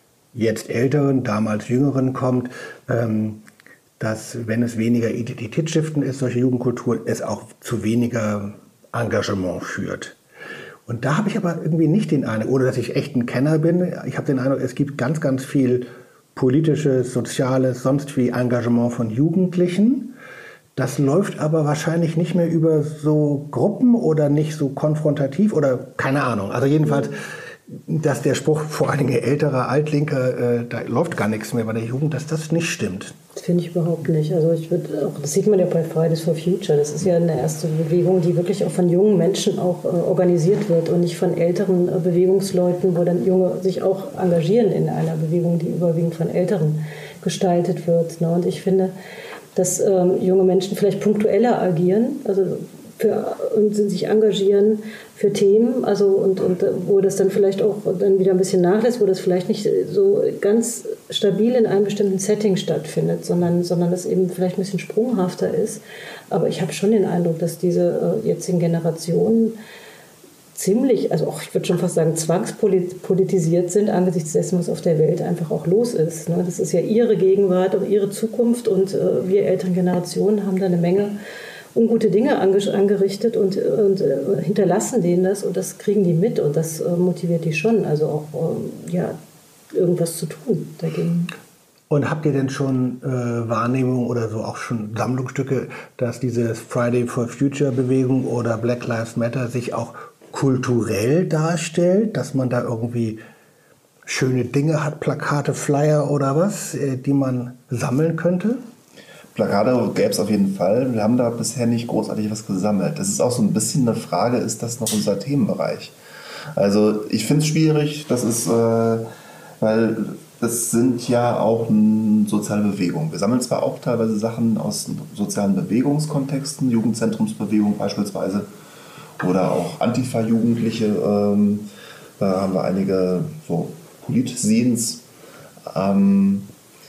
jetzt Älteren, damals Jüngeren kommt, ähm, dass, wenn es weniger identitätsstiftend ist, solche Jugendkultur, es auch zu weniger Engagement führt. Und da habe ich aber irgendwie nicht den Eindruck, ohne dass ich echt ein Kenner bin, ich habe den Eindruck, es gibt ganz, ganz viel politisches, soziales, sonst wie Engagement von Jugendlichen. Das läuft aber wahrscheinlich nicht mehr über so Gruppen oder nicht so konfrontativ oder keine Ahnung. Also jedenfalls, dass der Spruch, vor allen Dingen älterer, altlinker, äh, da läuft gar nichts mehr bei der Jugend, dass das nicht stimmt. Das finde ich überhaupt nicht. Also ich würde auch, das sieht man ja bei Fridays for Future. Das ist ja eine erste Bewegung, die wirklich auch von jungen Menschen auch äh, organisiert wird und nicht von älteren äh, Bewegungsleuten, wo dann Junge sich auch engagieren in einer Bewegung, die überwiegend von Älteren gestaltet wird. Ne? Und ich finde, dass ähm, junge Menschen vielleicht punktueller agieren, also für, und sich engagieren für Themen, also und, und wo das dann vielleicht auch dann wieder ein bisschen nachlässt, wo das vielleicht nicht so ganz stabil in einem bestimmten Setting stattfindet, sondern, sondern das eben vielleicht ein bisschen sprunghafter ist. Aber ich habe schon den Eindruck, dass diese äh, jetzigen Generationen ziemlich, also auch ich würde schon fast sagen, zwangspolitisiert sind angesichts dessen, was auf der Welt einfach auch los ist. Ne? Das ist ja ihre Gegenwart und ihre Zukunft und äh, wir älteren Generationen haben da eine Menge ungute Dinge angerichtet und, und äh, hinterlassen denen das und das kriegen die mit und das äh, motiviert die schon, also auch ähm, ja, irgendwas zu tun dagegen. Und habt ihr denn schon äh, Wahrnehmung oder so auch schon Sammlungsstücke, dass diese Friday for Future Bewegung oder Black Lives Matter sich auch kulturell darstellt, dass man da irgendwie schöne Dinge hat, Plakate, Flyer oder was, äh, die man sammeln könnte? Plakate gäbe es auf jeden Fall. Wir haben da bisher nicht großartig was gesammelt. Das ist auch so ein bisschen eine Frage, ist das noch unser Themenbereich? Also ich finde es schwierig, das ist, äh, weil das sind ja auch eine soziale Bewegungen. Wir sammeln zwar auch teilweise Sachen aus sozialen Bewegungskontexten, Jugendzentrumsbewegung beispielsweise, oder auch Antifa-Jugendliche, ähm, da haben wir einige so Polit-Scenes. Ähm,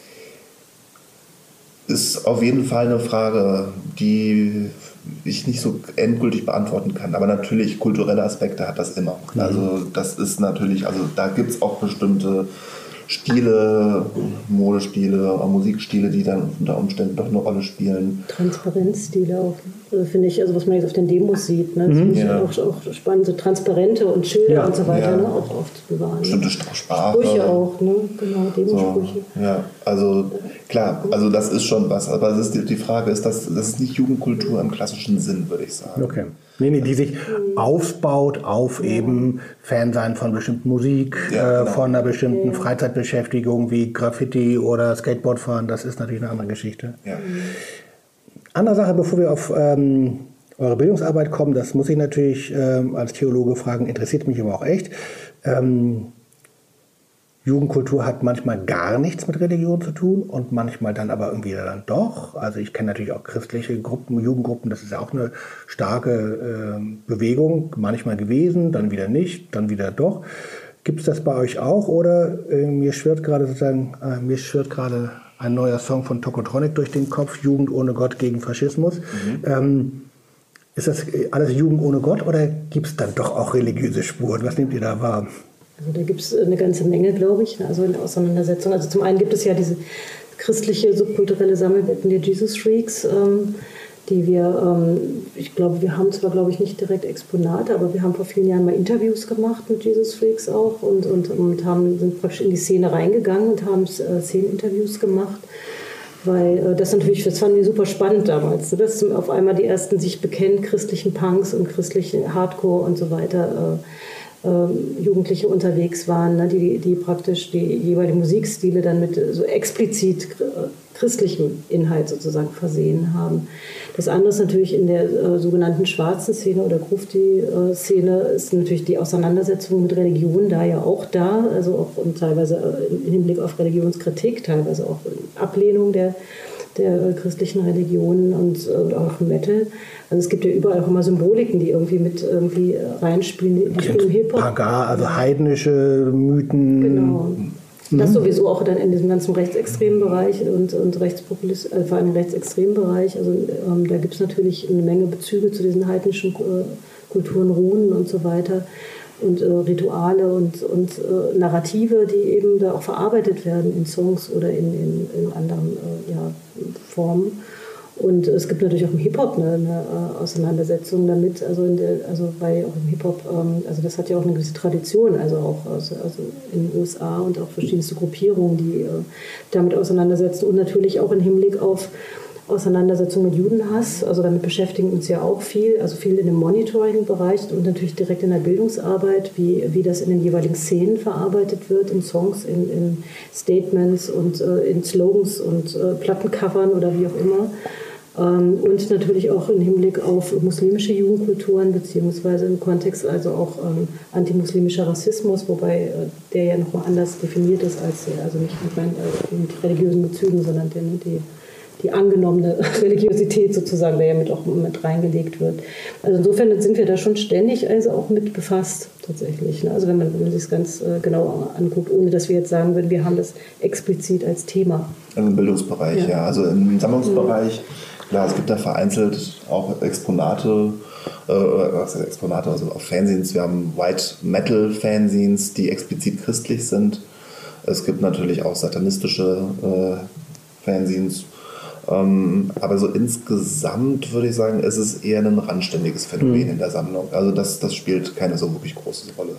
ist auf jeden Fall eine Frage, die ich nicht so endgültig beantworten kann. Aber natürlich, kulturelle Aspekte hat das immer. Mhm. Also das ist natürlich, also da gibt es auch bestimmte Stile, Modestile, Musikstile, die dann unter Umständen doch eine Rolle spielen. Transparenzstile auch, also finde ich, also was man jetzt auf den Demos sieht, ne? Das mhm. finde ich ja. auch, auch spannend, so Transparente und Schilder ja. und so weiter, ja. ne? auch aufzubewahren. Bestimmte ne? Sprache. Sprüche auch, ne? genau, Demosprüche. So, ja, also klar, also das ist schon was, aber das ist die, die Frage ist, dass das ist nicht Jugendkultur im klassischen Sinn, würde ich sagen. Okay. Nee, nee, die sich aufbaut auf ja. eben Fansein von bestimmten Musik, ja, genau. äh, von einer bestimmten ja. Freizeitbeschäftigung wie Graffiti oder Skateboardfahren, das ist natürlich eine andere Geschichte. Ja. Andere Sache, bevor wir auf ähm, eure Bildungsarbeit kommen, das muss ich natürlich ähm, als Theologe fragen, interessiert mich aber auch echt. Ähm, Jugendkultur hat manchmal gar nichts mit Religion zu tun und manchmal dann aber irgendwie dann doch. Also ich kenne natürlich auch christliche Gruppen, Jugendgruppen, das ist ja auch eine starke äh, Bewegung, manchmal gewesen, dann wieder nicht, dann wieder doch. Gibt es das bei euch auch oder äh, mir schwirrt gerade sozusagen, äh, mir schwirrt gerade ein neuer Song von Tokotronic durch den Kopf, Jugend ohne Gott gegen Faschismus. Mhm. Ähm, Ist das alles Jugend ohne Gott oder gibt es dann doch auch religiöse Spuren? Was nehmt ihr da wahr? Also da gibt es eine ganze Menge, glaube ich, also in der Auseinandersetzung. Also zum einen gibt es ja diese christliche, subkulturelle Sammelbecken der Jesus Freaks, ähm, die wir, ähm, ich glaube, wir haben zwar, glaube ich, nicht direkt Exponate, aber wir haben vor vielen Jahren mal Interviews gemacht mit Jesus Freaks auch und, und, und haben, sind praktisch in die Szene reingegangen und haben äh, Szeneninterviews gemacht, weil äh, das natürlich, das fanden wir super spannend damals, so, dass auf einmal die ersten sich bekennen christlichen Punks und christlichen Hardcore und so weiter äh, äh, Jugendliche unterwegs waren, ne, die, die praktisch die jeweiligen Musikstile dann mit so explizit christlichem Inhalt sozusagen versehen haben. Das andere ist natürlich in der äh, sogenannten schwarzen Szene oder Grufti-Szene ist natürlich die Auseinandersetzung mit Religion da ja auch da, also auch und teilweise äh, im Hinblick auf Religionskritik, teilweise auch Ablehnung der, der äh, christlichen Religionen und, äh, und auch Metal. Also es gibt ja überall auch immer Symboliken, die irgendwie mit irgendwie reinspielen, die, die spielen im Hip-Hop. Pagar, also heidnische Mythen. Genau. Das sowieso auch dann in diesem ganzen rechtsextremen Bereich und, und Rechtspopulist, äh, vor allem im rechtsextremen Bereich. Also ähm, da gibt es natürlich eine Menge Bezüge zu diesen heidnischen äh, Kulturen, Runen und so weiter und äh, Rituale und, und äh, Narrative, die eben da auch verarbeitet werden in Songs oder in, in, in anderen äh, ja, Formen. Und es gibt natürlich auch im Hip-Hop eine, eine Auseinandersetzung damit, also, in der, also weil auch im Hip-Hop, ähm, also das hat ja auch eine gewisse Tradition, also auch also, also in den U S A und auch verschiedenste Gruppierungen, die äh, damit auseinandersetzen und natürlich auch im Hinblick auf Auseinandersetzung mit Judenhass, also damit beschäftigen uns ja auch viel, also viel in dem Monitoring-Bereich und natürlich direkt in der Bildungsarbeit, wie, wie das in den jeweiligen Szenen verarbeitet wird, in Songs, in, in Statements und äh, in Slogans und äh, Plattencovern oder wie auch immer. Und natürlich auch im Hinblick auf muslimische Jugendkulturen, beziehungsweise im Kontext also auch ähm, antimuslimischer Rassismus, wobei äh, der ja nochmal anders definiert ist, als also nicht mit, meinen, äh, mit religiösen Bezügen, sondern den, die, die angenommene Religiosität sozusagen, der ja mit auch mit reingelegt wird. Also insofern sind wir da schon ständig also auch mit befasst tatsächlich. Ne? Also wenn man, wenn man sich das ganz äh, genau anguckt, ohne dass wir jetzt sagen würden, wir haben das explizit als Thema. Also im Bildungsbereich, ja. ja. Also im Sammlungsbereich. Ja. Klar, es gibt da vereinzelt auch Exponate, äh, was heißt Exponate, also auch Fanzines. Wir haben White Metal Fanzines, die explizit christlich sind. Es gibt natürlich auch satanistische äh, Fanzines. Ähm, aber so insgesamt würde ich sagen, ist es eher ein randständiges Phänomen mhm. in der Sammlung. Also das, das spielt keine so wirklich große Rolle.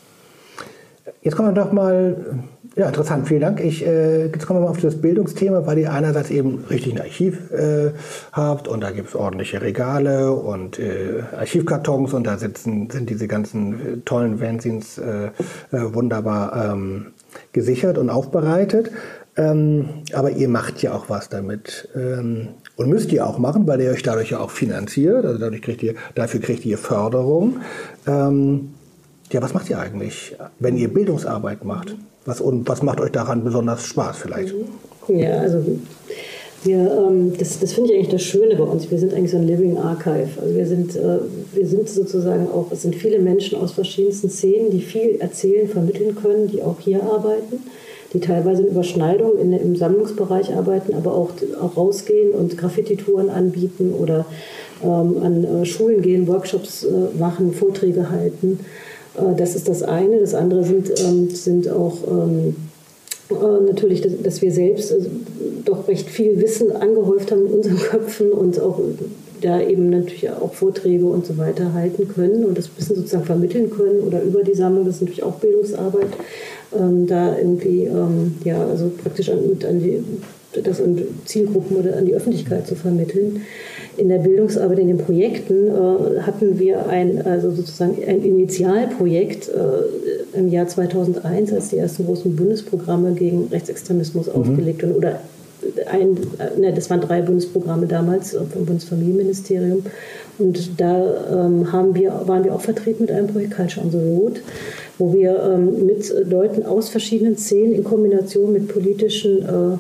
Jetzt kommen wir doch mal, ja interessant, vielen Dank. Ich, äh, jetzt kommen wir mal auf das Bildungsthema, weil ihr einerseits eben richtig ein Archiv äh, habt und da gibt es ordentliche Regale und äh, Archivkartons und da sitzen, sind diese ganzen äh, tollen Fanzines äh, äh, wunderbar ähm, gesichert und aufbereitet. Ähm, aber ihr macht ja auch was damit ähm, und müsst ihr auch machen, weil ihr euch dadurch ja auch finanziert, also dadurch kriegt ihr, dafür kriegt ihr Förderung. Ähm, Ja, was macht ihr eigentlich, wenn ihr Bildungsarbeit macht? Was, und was macht euch daran besonders Spaß vielleicht? Ja, also wir, ähm, das, das finde ich eigentlich das Schöne bei uns. Wir sind eigentlich so ein Living Archive. Also wir sind, äh, wir sind sozusagen auch, es sind viele Menschen aus verschiedensten Szenen, die viel erzählen, vermitteln können, die auch hier arbeiten, die teilweise in Überschneidung in, im Sammlungsbereich arbeiten, aber auch, auch rausgehen und Graffiti-Touren anbieten oder ähm, an äh, Schulen gehen, Workshops äh, machen, Vorträge halten. Das ist das eine. Das andere sind, ähm, sind auch ähm, äh, natürlich, dass, dass wir selbst äh, doch recht viel Wissen angehäuft haben in unseren Köpfen und auch da eben natürlich auch Vorträge und so weiter halten können und das Wissen sozusagen vermitteln können oder über die Sammlung. Das ist natürlich auch Bildungsarbeit, ähm, da irgendwie ähm, ja also praktisch an, mit an die das an Zielgruppen oder an die Öffentlichkeit zu vermitteln. In der Bildungsarbeit, in den Projekten äh, hatten wir ein, also sozusagen ein Initialprojekt äh, im Jahr zweitausendeins, als die ersten großen Bundesprogramme gegen Rechtsextremismus mhm. aufgelegt wurden. Oder ein, äh, ne, das waren drei Bundesprogramme damals äh, vom Bundesfamilienministerium. Und da ähm, haben wir, waren wir auch vertreten mit einem Projekt Culture on the Road, wo wir ähm, mit Leuten aus verschiedenen Szenen in Kombination mit politischen äh,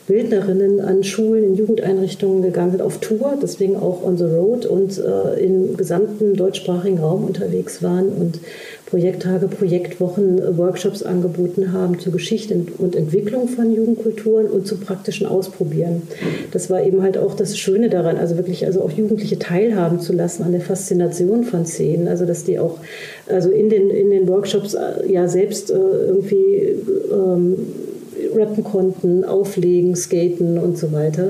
Bildnerinnen an Schulen, in Jugendeinrichtungen gegangen sind, auf Tour, deswegen auch on the road und äh, im gesamten deutschsprachigen Raum unterwegs waren und Projekttage, Projektwochen, Workshops angeboten haben zur Geschichte und Entwicklung von Jugendkulturen und zum praktischen Ausprobieren. Das war eben halt auch das Schöne daran, also wirklich also auch Jugendliche teilhaben zu lassen an der Faszination von Szenen, also dass die auch also in den, in den Workshops ja selbst äh, irgendwie ähm, rappen konnten, auflegen, skaten und so weiter.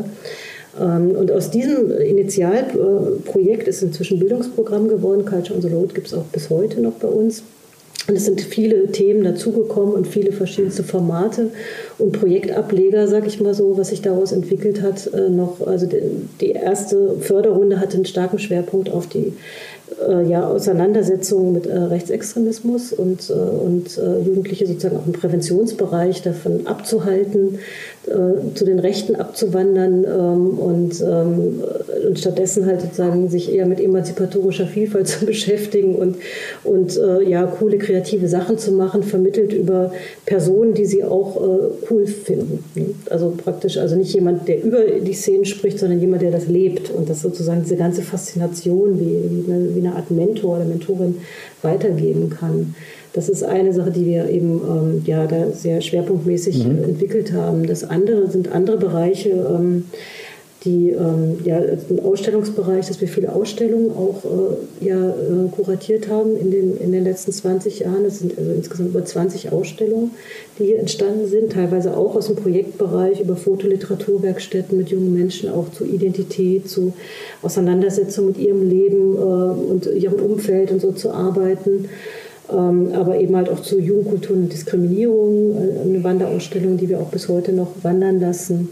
Und aus diesem Initialprojekt ist inzwischen ein Bildungsprogramm geworden. Culture on the Road gibt es auch bis heute noch bei uns. Und es sind viele Themen dazugekommen und viele verschiedenste Formate und Projektableger, sag ich mal so, was sich daraus entwickelt hat. Noch, also die erste Förderrunde hatte einen starken Schwerpunkt auf die äh, ja, Auseinandersetzung mit äh, Rechtsextremismus und, äh, und äh, Jugendliche sozusagen auch im Präventionsbereich davon abzuhalten, äh, zu den Rechten abzuwandern ähm, und, ähm, und stattdessen halt sozusagen sich eher mit emanzipatorischer Vielfalt zu beschäftigen und, und äh, ja, coole kreative Sachen zu machen, vermittelt über Personen, die sie auch äh, cool finden. Also praktisch, also nicht jemand, der über die Szenen spricht, sondern jemand, der das lebt und das sozusagen diese ganze Faszination wie, wie, eine, wie eine Art Mentor oder Mentorin weitergeben kann. Das ist eine Sache, die wir eben ähm, ja, da sehr schwerpunktmäßig mhm. entwickelt haben. Das andere sind andere Bereiche, ähm, die ähm, ja, im Ausstellungsbereich, dass wir viele Ausstellungen auch äh, ja, äh, kuratiert haben in den, in den letzten zwanzig Jahren. Es sind also insgesamt über zwanzig Ausstellungen, die hier entstanden sind, teilweise auch aus dem Projektbereich über Fotoliteraturwerkstätten mit jungen Menschen, auch zu Identität, zu Auseinandersetzung mit ihrem Leben äh, und ihrem Umfeld und so zu arbeiten. Ähm, aber eben halt auch zu Jugendkultur und Diskriminierung, äh, eine Wanderausstellung, die wir auch bis heute noch wandern lassen.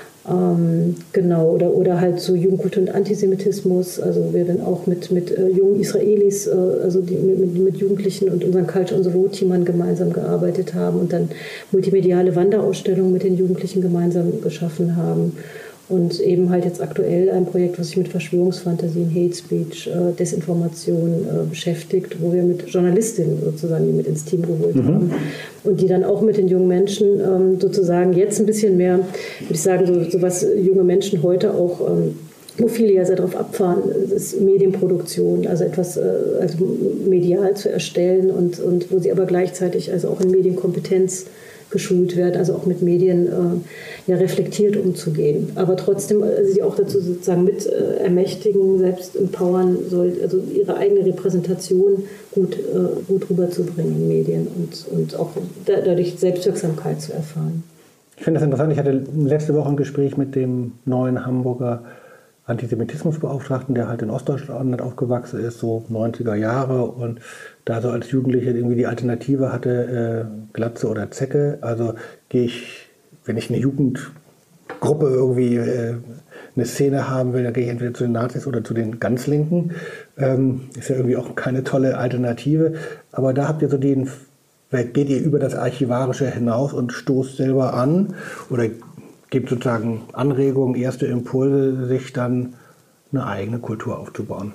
Ähm, genau, oder, oder halt zu Jugendkultur und Antisemitismus, also wir dann auch mit, mit äh, jungen Israelis, äh, also die mit, mit Jugendlichen und unseren Culture on the Road Teamern gemeinsam gearbeitet haben und dann multimediale Wanderausstellungen mit den Jugendlichen gemeinsam geschaffen haben. Und eben halt jetzt aktuell ein Projekt, was sich mit Verschwörungsfantasien, Hate Speech, äh, Desinformation äh, beschäftigt, wo wir mit Journalistinnen sozusagen die mit ins Team geholt mhm. haben. Und die dann auch mit den jungen Menschen ähm, sozusagen jetzt ein bisschen mehr, würde ich sagen, so, so was junge Menschen heute auch, ähm, wo viele ja sehr darauf abfahren, ist Medienproduktion, also etwas äh, also medial zu erstellen und, und wo sie aber gleichzeitig also auch in Medienkompetenz geschult werden, also auch mit Medien äh, ja, reflektiert umzugehen. Aber trotzdem äh, sie auch dazu sozusagen mit äh, ermächtigen, selbst empowern soll, also ihre eigene Repräsentation gut, äh, gut rüberzubringen in Medien und, und auch da, dadurch Selbstwirksamkeit zu erfahren. Ich finde das interessant. Ich hatte letzte Woche ein Gespräch mit dem neuen Hamburger Antisemitismusbeauftragten, der halt in Ostdeutschland aufgewachsen ist, so neunziger Jahre und da so als Jugendliche irgendwie die Alternative hatte, äh, Glatze oder Zecke. Also gehe ich, wenn ich eine Jugendgruppe irgendwie äh, eine Szene haben will, dann gehe ich entweder zu den Nazis oder zu den ganz Linken. Ähm, ist ja irgendwie auch keine tolle Alternative. Aber da habt ihr so den, geht ihr über das Archivarische hinaus und stoßt selber an oder gibt sozusagen Anregungen, erste Impulse, sich dann eine eigene Kultur aufzubauen.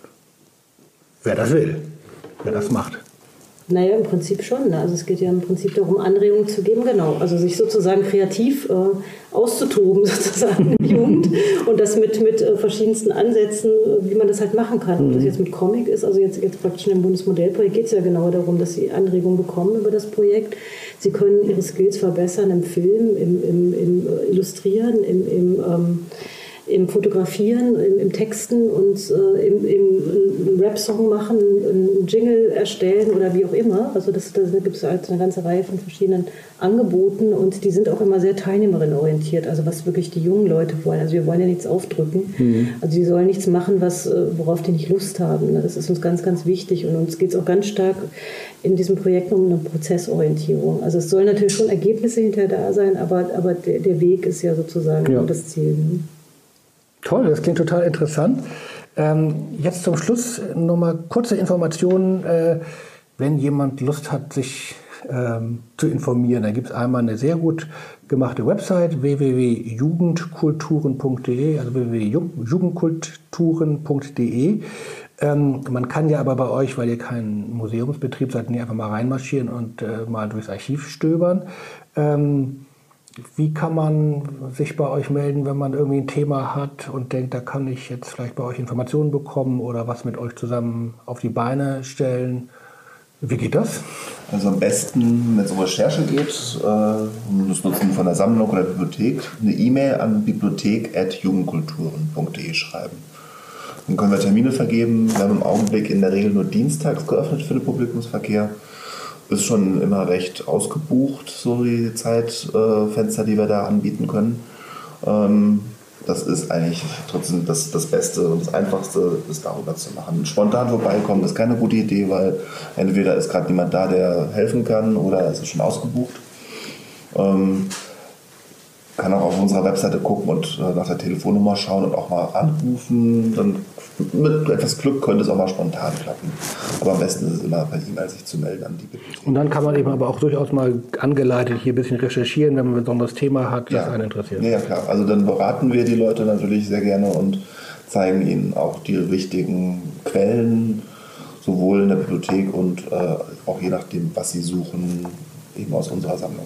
Wer das will, wer das macht. Naja, im Prinzip schon. Also es geht ja im Prinzip darum, Anregungen zu geben, genau. Also sich sozusagen kreativ äh, auszutoben, sozusagen in der Jugend. Und das mit, mit äh, verschiedensten Ansätzen, wie man das halt machen kann. Mhm. Ob das jetzt mit Comic ist, also jetzt, jetzt praktisch in dem Bundesmodellprojekt geht es ja genau darum, dass sie Anregungen bekommen über das Projekt. Sie können ihre Skills verbessern im Film, im, im, im Illustrieren, im, im ähm, im Fotografieren, im, im Texten und äh, im, im, im Rap-Song machen, einen Jingle erstellen oder wie auch immer. Also das, da gibt es halt eine ganze Reihe von verschiedenen Angeboten und die sind auch immer sehr teilnehmerinnenorientiert, also was wirklich die jungen Leute wollen. Also wir wollen ja nichts aufdrücken. Mhm. Also die sollen nichts machen, was, worauf die nicht Lust haben. Das ist uns ganz, ganz wichtig und uns geht es auch ganz stark in diesem Projekt um eine Prozessorientierung. Also es sollen natürlich schon Ergebnisse hinterher da sein, aber, aber der, der Weg ist ja sozusagen ja. das Ziel. Toll, das klingt total interessant. Ähm, jetzt zum Schluss nochmal kurze Informationen. Äh, wenn jemand Lust hat, sich ähm, zu informieren, dann gibt es einmal eine sehr gut gemachte Website w w w punkt jugendkulturen punkt d e, also w w w punkt jugendkulturen punkt d e. Ähm, man kann ja aber bei euch, weil ihr kein Museumsbetrieb seid, nicht einfach mal reinmarschieren und äh, mal durchs Archiv stöbern. Ähm, wie kann man sich bei euch melden, wenn man irgendwie ein Thema hat und denkt, da kann ich jetzt vielleicht bei euch Informationen bekommen oder was mit euch zusammen auf die Beine stellen? Wie geht das? Also am besten, wenn es um Recherche geht, äh, um das Nutzen von der Sammlung oder der Bibliothek, eine E-Mail an bibliothek at jugendkulturen punkt de schreiben. Dann können wir Termine vergeben. Wir haben im Augenblick in der Regel nur dienstags geöffnet für den Publikumsverkehr. Ist schon immer recht ausgebucht, so die Zeitfenster, die wir da anbieten können. Ähm, das ist eigentlich trotzdem das, das Beste und das Einfachste, ist darüber zu machen. Spontan vorbeikommen ist keine gute Idee, weil entweder ist gerade niemand da, der helfen kann, oder es ist schon ausgebucht. Ähm, kann auch auf unserer Webseite gucken und äh, nach der Telefonnummer schauen und auch mal anrufen. Dann mit etwas Glück könnte es auch mal spontan klappen. Aber am besten ist es immer per E-Mail sich zu melden an die Bibliothek. Und dann kann man eben aber auch durchaus mal angeleitet hier ein bisschen recherchieren, wenn man ein besonderes Thema hat, das ja. einen interessiert. Ja, klar. Also dann beraten wir die Leute natürlich sehr gerne und zeigen ihnen auch die richtigen Quellen, sowohl in der Bibliothek und äh, auch je nachdem, was sie suchen, eben aus unserer Sammlung.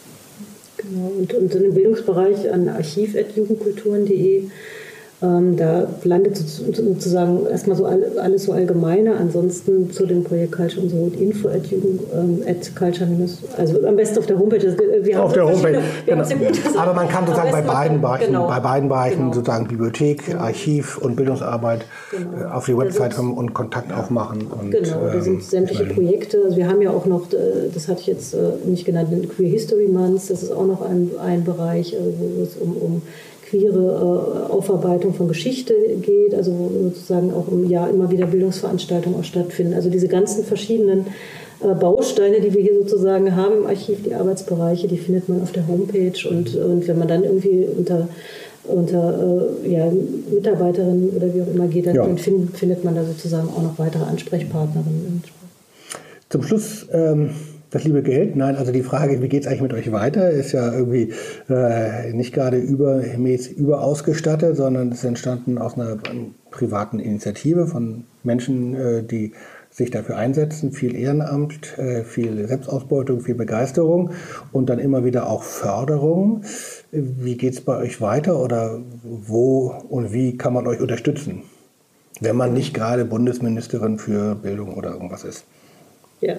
Genau, und, und in dem Bildungsbereich an archiv at jugendkulturen punkt de, ähm, da landet sozusagen erstmal so all, alles so allgemeine, ansonsten zu dem Projekt Culture und so info at jugend, ähm, at culture minus, also am besten auf der Homepage. Wir auf der Homepage, genau. Ja. Aber man kann sozusagen bei beiden Bereichen, genau. bei beiden Bereichen genau. sozusagen Bibliothek, genau. Archiv und Bildungsarbeit genau. auf die Website kommen und Kontakt aufmachen. Und, genau, da sind sämtliche ähm, Projekte. Also wir haben ja auch noch, das hatte ich jetzt nicht genannt, den Queer History Month, das ist auch noch ein, ein Bereich, wo es um, um queere äh, Aufarbeitung von Geschichte geht, also wo sozusagen auch im Jahr immer wieder Bildungsveranstaltungen auch stattfinden. Also diese ganzen verschiedenen äh, Bausteine, die wir hier sozusagen haben im Archiv, die Arbeitsbereiche, die findet man auf der Homepage und, und wenn man dann irgendwie unter, unter äh, ja, Mitarbeiterinnen oder wie auch immer geht, dann ja. find, findet man da sozusagen auch noch weitere Ansprechpartnerinnen. Zum Schluss ähm das liebe Geld, nein, also die Frage, wie geht es eigentlich mit euch weiter, ist ja irgendwie äh, nicht gerade übermäßig überausgestattet, sondern es ist entstanden aus einer privaten Initiative von Menschen, äh, die sich dafür einsetzen, viel Ehrenamt, äh, viel Selbstausbeutung, viel Begeisterung und dann immer wieder auch Förderung. Wie geht es bei euch weiter oder wo und wie kann man euch unterstützen, wenn man nicht gerade Bundesministerin für Bildung oder irgendwas ist? Ja.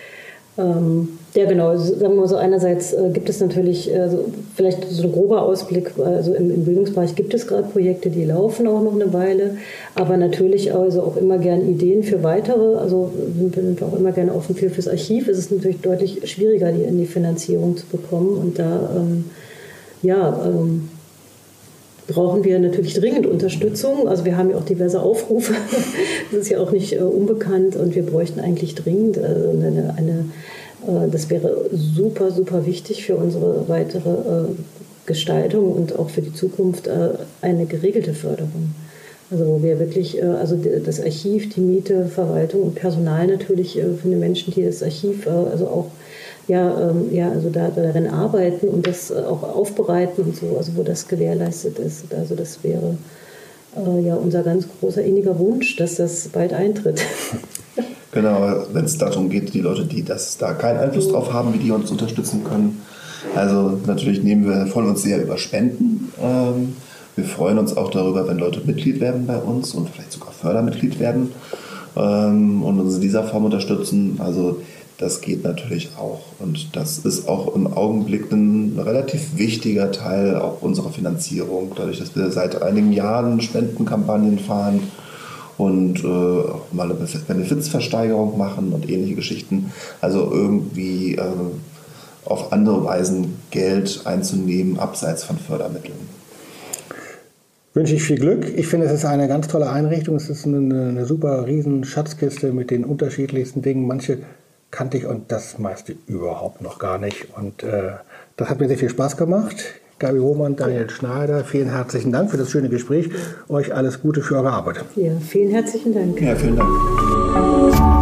Ähm, ja, genau. Sagen wir mal so, einerseits äh, gibt es natürlich äh, so, vielleicht so ein grober Ausblick, also im, im Bildungsbereich gibt es gerade Projekte, die laufen auch noch eine Weile, aber natürlich also auch immer gern Ideen für weitere, also sind wir auch immer gerne offen für fürs Archiv. Es ist natürlich deutlich schwieriger, die in die Finanzierung zu bekommen und da, ähm, ja, ähm, brauchen wir natürlich dringend Unterstützung. Also wir haben ja auch diverse Aufrufe, das ist ja auch nicht äh, unbekannt und wir bräuchten eigentlich dringend äh, eine, eine äh, das wäre super, super wichtig für unsere weitere äh, Gestaltung und auch für die Zukunft äh, eine geregelte Förderung. Also wo wir wirklich, äh, also das Archiv, die Miete, Verwaltung und Personal natürlich äh, für die Menschen, die das Archiv äh, also auch Ja, ähm, ja, also da, darin arbeiten und das äh, auch aufbereiten und so, also wo das gewährleistet ist. Also das wäre äh, ja unser ganz großer inniger Wunsch, dass das bald eintritt. Genau, wenn es darum geht, die Leute, die das da keinen Einfluss mhm. drauf haben, wie die uns unterstützen können. Also natürlich nehmen wir freuen uns sehr über Spenden. Ähm, wir freuen uns auch darüber, wenn Leute Mitglied werden bei uns und vielleicht sogar Fördermitglied werden ähm, und uns in dieser Form unterstützen. Also das geht natürlich auch und das ist auch im Augenblick ein relativ wichtiger Teil auch unserer Finanzierung, dadurch, dass wir seit einigen Jahren Spendenkampagnen fahren und äh, auch mal eine Benefizversteigerung machen und ähnliche Geschichten. Also irgendwie äh, auf andere Weisen Geld einzunehmen, abseits von Fördermitteln. Wünsche ich viel Glück. Ich finde, es ist eine ganz tolle Einrichtung. Es ist eine, eine super riesen Schatzkiste mit den unterschiedlichsten Dingen. Manche kannte ich und das meiste überhaupt noch gar nicht. Und äh, das hat mir sehr viel Spaß gemacht. Gabi Roman, Daniel Schneider, vielen herzlichen Dank für das schöne Gespräch. Euch alles Gute für eure Arbeit. Ja, vielen herzlichen Dank. Ja, vielen Dank.